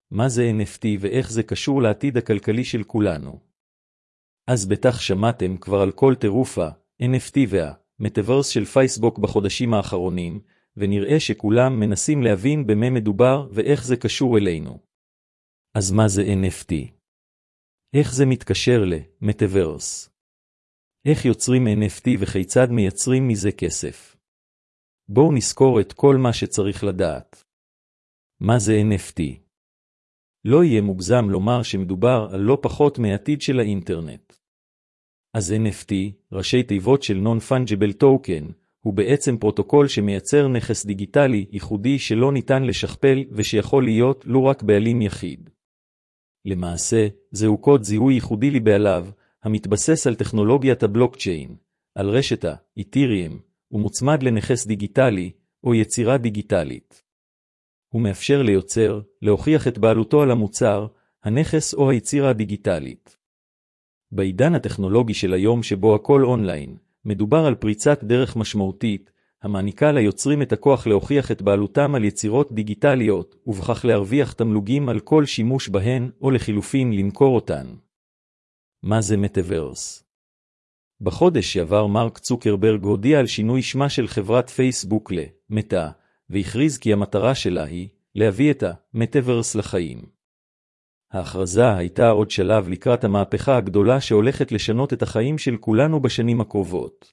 מה זה NFT ואיך זה קשור לעתיד הכלכלי של כולנו? אז בטח שמעתם כבר על כל טירוף ה-NFT והמטאברס של פייסבוק בחודשים האחרונים, ונראה שכולם מנסים להבין במה מדובר ואיך זה קשור אלינו. אז מה זה NFT? איך זה מתקשר למטאברס? איך יוצרים NFT וכיצד מייצרים מזה כסף? בואו נזכור את כל מה שצריך לדעת. מה זה NFT? לא יהיה מוגזם לומר שמדובר על לא פחות מהעתיד של האינטרנט. אז NFT, ראשי תיבות של Non-Fungible Token, הוא בעצם פרוטוקול שמייצר נכס דיגיטלי ייחודי שלא ניתן לשכפל ושיכול להיות לא רק בעלים יחיד. למעשה, זהו קוד זיהוי ייחודי לבעליו, המתבסס על טכנולוגיית הבלוקצ'יין, על רשת האתריום, ומוצמד לנכס דיגיטלי או יצירה דיגיטלית. הוא מאפשר ליוצר להוכיח את בעלותו על המוצר, הנכס או היצירה הדיגיטלית. בעידן הטכנולוגי של היום שבו הכל אונליין, מדובר על פריצת דרך משמעותית, המעניקה ליוצרים את הכוח להוכיח את בעלותם על יצירות דיגיטליות, ובכך להרוויח תמלוגים על כל שימוש בהן, או לחילופין למכור אותן. מה זה מטאברס? בחודש שעבר מרק צוקרברג הודיע על שינוי שמה של חברת פייסבוק למטא, והכריז כי המטרה שלה היא להביא את המטאברס לחיים. ההכרזה הייתה עוד שלב לקראת המהפכה הגדולה שהולכת לשנות את החיים של כולנו בשנים הקרובות.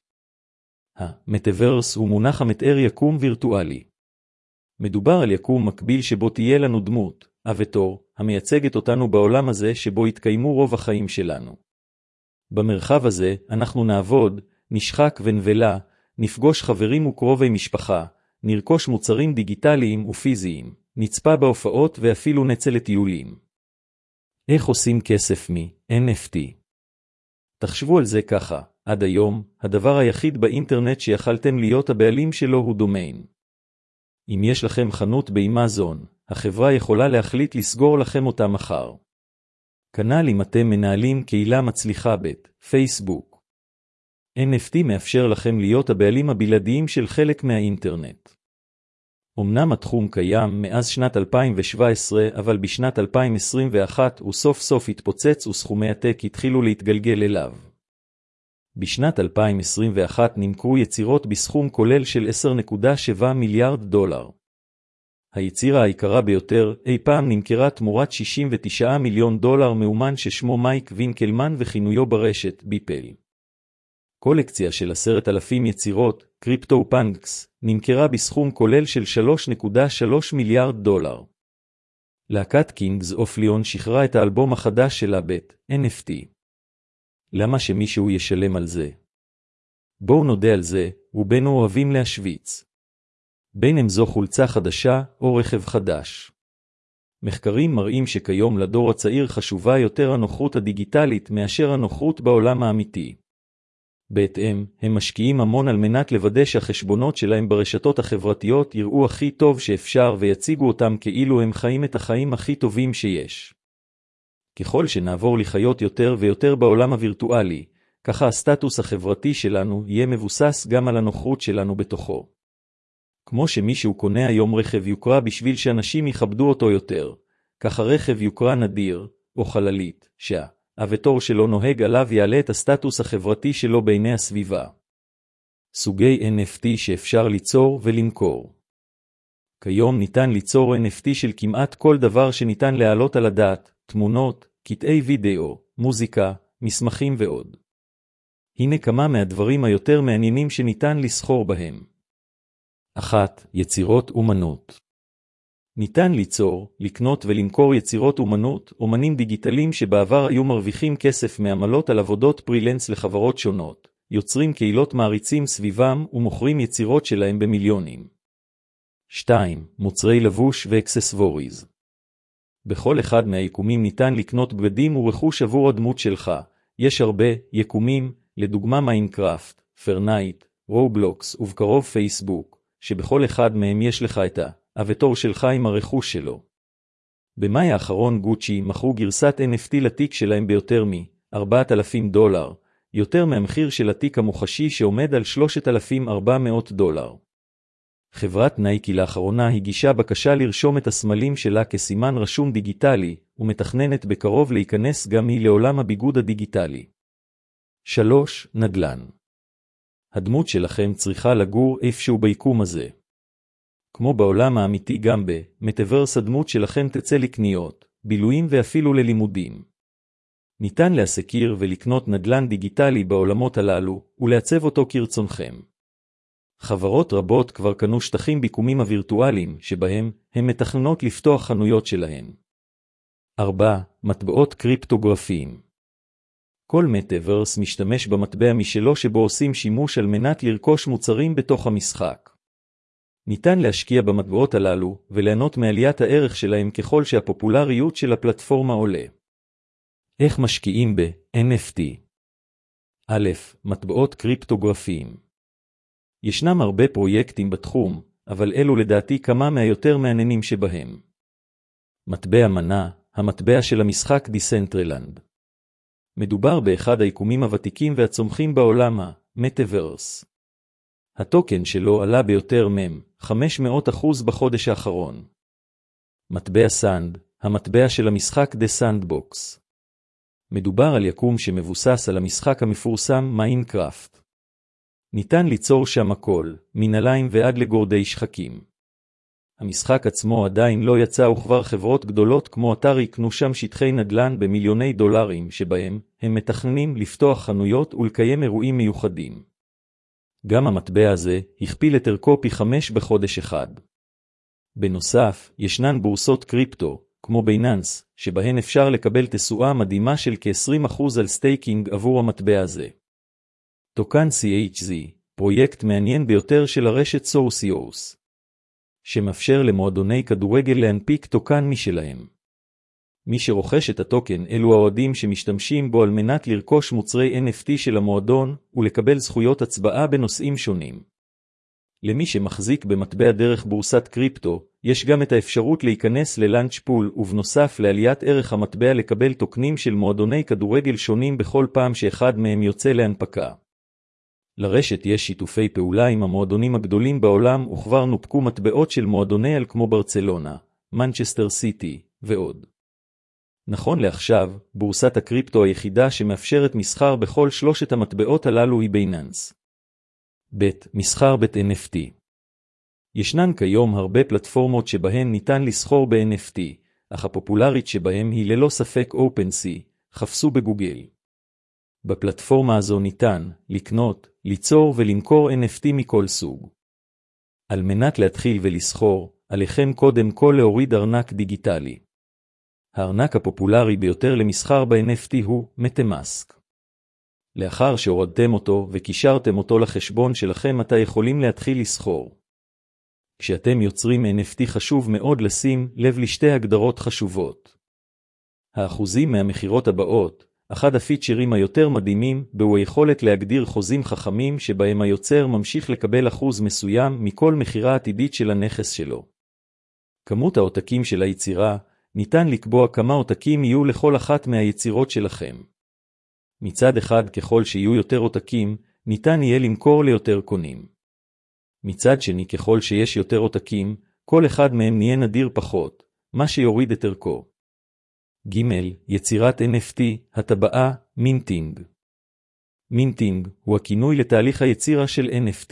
המטאברס הוא מונח המתאר יקום וירטואלי. מדובר על יקום מקביל שבו תהיה לנו דמות, אבטור, המייצגת אותנו בעולם הזה שבו יתקיימו רוב החיים שלנו. במרחב הזה אנחנו נעבוד, נשחק ונבלה, נפגוש חברים וקרובי משפחה, נרכוש מוצרים דיגיטליים ופיזיים, נצפה בהופעות ואפילו נצא לטיולים. איך עושים כסף מ-NFT? תחשבו על זה ככה, עד היום, הדבר היחיד באינטרנט שיכלתם להיות הבעלים שלו הוא דומיין. אם יש לכם חנות באמזון, החברה יכולה להחליט לסגור לכם אותה מחר. כנ"ל אם אתם מנהלים קהילה מצליחה בפייסבוק. NFT מאפשר לכם להיות הבעלים הבלעדיים של חלק מהאינטרנט. אמנם התחום קיים מאז שנת 2017, אבל בשנת 2021 הוא סוף סוף התפוצץ וסכומי עתק התחילו להתגלגל אליו. בשנת 2021 נמכרו יצירות בסכום כולל של $10.7 מיליארד. היצירה העיקרה ביותר אי פעם נמכרה תמורת $69 מיליון מאומן ששמו מייק וינקלמן וכינויו ברשת ביפל. קולקציה של 10,000 יצירות, קריפטו פאנקס, נמכרה בסכום כולל של $3.3 מיליארד. להקת קינגס אוף ליאון שחררה את האלבום החדש שלה NFT. למה שמישהו ישלם על זה? בואו נודה על זה, רובנו אוהבים להשוויץ. בין אם זו חולצה חדשה או רכב חדש. מחקרים מראים שכיום לדור הצעיר חשובה יותר הנוחות הדיגיטלית מאשר הנוחות בעולם האמיתי. בהתאם, הם משקיעים המון על מנת לוודא שהחשבונות שלהם ברשתות החברתיות יראו הכי טוב שאפשר ויציגו אותם כאילו הם חיים את החיים הכי טובים שיש. ככל שנעבור לחיות יותר ויותר בעולם הווירטואלי, ככה הסטטוס החברתי שלנו יהיה מבוסס גם על הנוחות שלנו בתוכו. כמו שמישהו קונה היום רכב יוקרה בשביל שאנשים יכבדו אותו יותר, ככה רכב יוקרה נדיר, או חללית, שהאבטור שלו נוהג עליו יעלה את הסטטוס החברתי שלו בעיני הסביבה. סוגי NFT שאפשר ליצור ולמכור. כיום ניתן ליצור NFT של כמעט כל דבר שניתן להעלות על הדעת, תמונות, קטעי וידאו, מוזיקה, מסמכים ועוד. הנה כמה מהדברים היותר מעניינים שניתן לסחור בהם. 1. יצירות אומנות. ניתן ליצור, לקנות ולמכור יצירות אומנות, אומנים דיגיטליים שבעבר היו מרוויחים כסף מעמלות על עבודות פרילנס לחברות שונות, יוצרים קהילות מעריצים סביבם ומוכרים יצירות שלהם במיליונים. 2. מוצרי לבוש ואקססווריז. בכל אחד מהיקומים ניתן לקנות בגדים ורכוש עבור הדמות שלך. יש הרבה יקומים, לדוגמה מיינקראפט, פרנייט, רובלוקס ובקרוב פייסבוק, שבכל אחד מהם יש לך את האבטור שלך עם הרכוש שלו. במאי האחרון גוצ'י מכרו גרסת NFT לתיק שלהם ביותר $4,000, יותר מהמחיר של התיק המוחשי שעומד על $3,400. חברת נייקי לאחרונה הגישה בקשה לרשום את הסמלים שלה כסימן רשום דיגיטלי, ומתכננת בקרוב להיכנס גם היא לעולם הביגוד הדיגיטלי. 3. נדל"ן. הדמות שלכם צריכה לגור איפשהו ביקום הזה. כמו בעולם האמיתי גם במטאברס הדמות שלכם תצא לקניות, בילויים ואפילו ללימודים. ניתן להסקיר ולקנות נדל"ן דיגיטלי בעולמות הללו, ולעצב אותו כרצונכם. חברות רבות כבר קנו שטחים ביקומים הווירטואליים, שבהם הם מתכננות לפתוח חנויות שלהן. 4. מטבעות קריפטוגרפיים. כל מטאברס משתמש במטבע משלו שבו עושים שימוש על מנת לרכוש מוצרים בתוך המשחק. ניתן להשקיע במטבעות הללו, וליהנות מעליית הערך שלהם ככל שהפופולריות של הפלטפורמה עולה. איך משקיעים ב-NFT? א', מטבעות קריפטוגרפיים. ישנם הרבה פרויקטים בתחום, אבל אלו לדעתי כמה מהיותר מעניינים שבהם. מטבע מנה, המטבע של המשחק דיסנטרלנד. מדובר באחד היקומים הוותיקים והצומחים בעולם המטאברס. הטוקן שלו עלה ביותר מ-500% בחודש האחרון. מטבע סנד, המטבע של המשחק דה סנדבוקס. מדובר על יקום שמבוסס על המשחק המפורסם מיינקראפט. ניתן ליצור שם הכל, מנהליים ועד לגורדי שחקים. המשחק עצמו עדיין לא יצא וכבר חברות גדולות כמו אתר יקנו שם שטחי נדל"ן במיליוני דולרים שבהם הם מתכננים לפתוח חנויות ולקיים אירועים מיוחדים. גם המטבע הזה הכפיל את ערכו פי 5 בחודש אחד. בנוסף, ישנן בורסות קריפטו, כמו בייננס, שבהן אפשר לקבל תשואה מדהימה של כ-20% על סטייקינג עבור המטבע הזה. טוקן CHZ, פרויקט מעניין ביותר של הרשת סורסיוס, שמאפשר למועדוני כדורגל להנפיק טוקן משלהם. מי שרוכש את הטוקן אלו האוהדים שמשתמשים בו על מנת לרכוש מוצרי NFT של המועדון ולקבל זכויות הצבעה בנושאים שונים. למי שמחזיק במטבע דרך בורסת קריפטו, יש גם את האפשרות להיכנס ללאנץ' פול ובנוסף לעליית ערך המטבע לקבל טוקנים של מועדוני כדורגל שונים בכל פעם שאחד מהם יוצא להנפקה. לרשת יש שיתופי פעולה עם המועדונים הגדולים בעולם וכבר נופקו מטבעות של מועדוני על כמו ברצלונה, מנצ'סטר סיטי ועוד. נכון לעכשיו, בורסת הקריפטו היחידה שמאפשרת מסחר בכל שלושת המטבעות הללו היא בייננס. ב' מסחר ב-NFT. ישנן כיום הרבה פלטפורמות שבהן ניתן לסחור ב-NFT, אך הפופולרית שבהם היא ללא ספק OpenSea, חפשו בגוגל. בפלטפורמה הזו ניתן לקנות, ליצור ולמכור NFT מכל סוג. על מנת להתחיל ולסחור, עליכם קודם כל להוריד ארנק דיגיטלי. הארנק הפופולרי ביותר למסחר ב-NFT הוא MetaMask. לאחר שהורדתם אותו וקישרתם אותו לחשבון שלכם אתה יכולים להתחיל לסחור. כשאתם יוצרים NFT חשוב מאוד לשים לב לשתי הגדרות חשובות. האחוזים מהמחירות הבאות, אחד הפיצ'רים היותר מדהימים בו היכולת להגדיר חוזים חכמים שבהם היוצר ממשיך לקבל אחוז מסוים מכל מחירה עתידית של הנכס שלו. כמות העותקים של היצירה, ניתן לקבוע כמה עותקים יהיו לכל אחת מהיצירות שלכם. מצד אחד ככל שיהיו יותר עותקים, ניתן יהיה למכור ליותר קונים. מצד שני ככל שיש יותר עותקים, כל אחד מהם נהיה נדיר פחות, מה שיוריד את ערכו. ג' יצירת NFT, הטבעה, מינטינג. מינטינג הוא הכינוי לתהליך היצירה של NFT.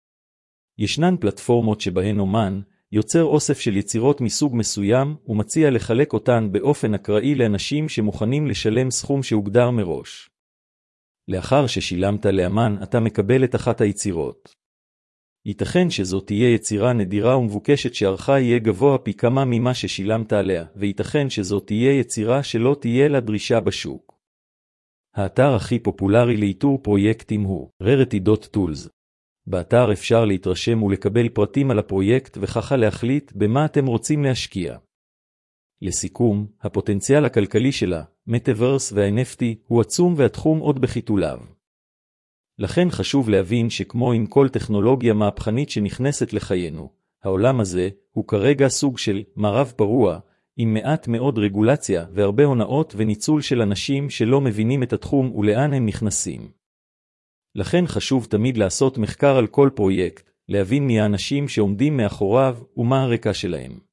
ישנן פלטפורמות שבהן אומן יוצר אוסף של יצירות מסוג מסוים ומציע לחלק אותן באופן אקראי לאנשים שמוכנים לשלם סכום שהוגדר מראש. לאחר ששילמת לאמן אתה מקבל את אחת היצירות. ייתכן שזו תהיה יצירה נדירה ומבוקשת שערכה יהיה גבוה פי כמה ממה ששילמת עליה, וייתכן שזו תהיה יצירה שלא תהיה לה דרישה בשוק. האתר הכי פופולרי לאיתור פרויקטים הוא Rarity.tools. באתר אפשר להתרשם ולקבל פרטים על הפרויקט וככה להחליט במה אתם רוצים להשקיע. לסיכום, הפוטנציאל הכלכלי שלה, מטאברס וה-NFT, הוא עצום והתחום עוד בחיתוליו. לכן חשוב להבין שכמו עם כל טכנולוגיה מהפכנית שנכנסת לחיינו, העולם הזה הוא כרגע סוג של מערב פרוע, עם מעט מאוד רגולציה והרבה הונאות וניצול של אנשים שלא מבינים את התחום ולאן הם נכנסים. לכן חשוב תמיד לעשות מחקר על כל פרויקט, להבין מי האנשים שעומדים מאחוריו ומה הרקע שלהם.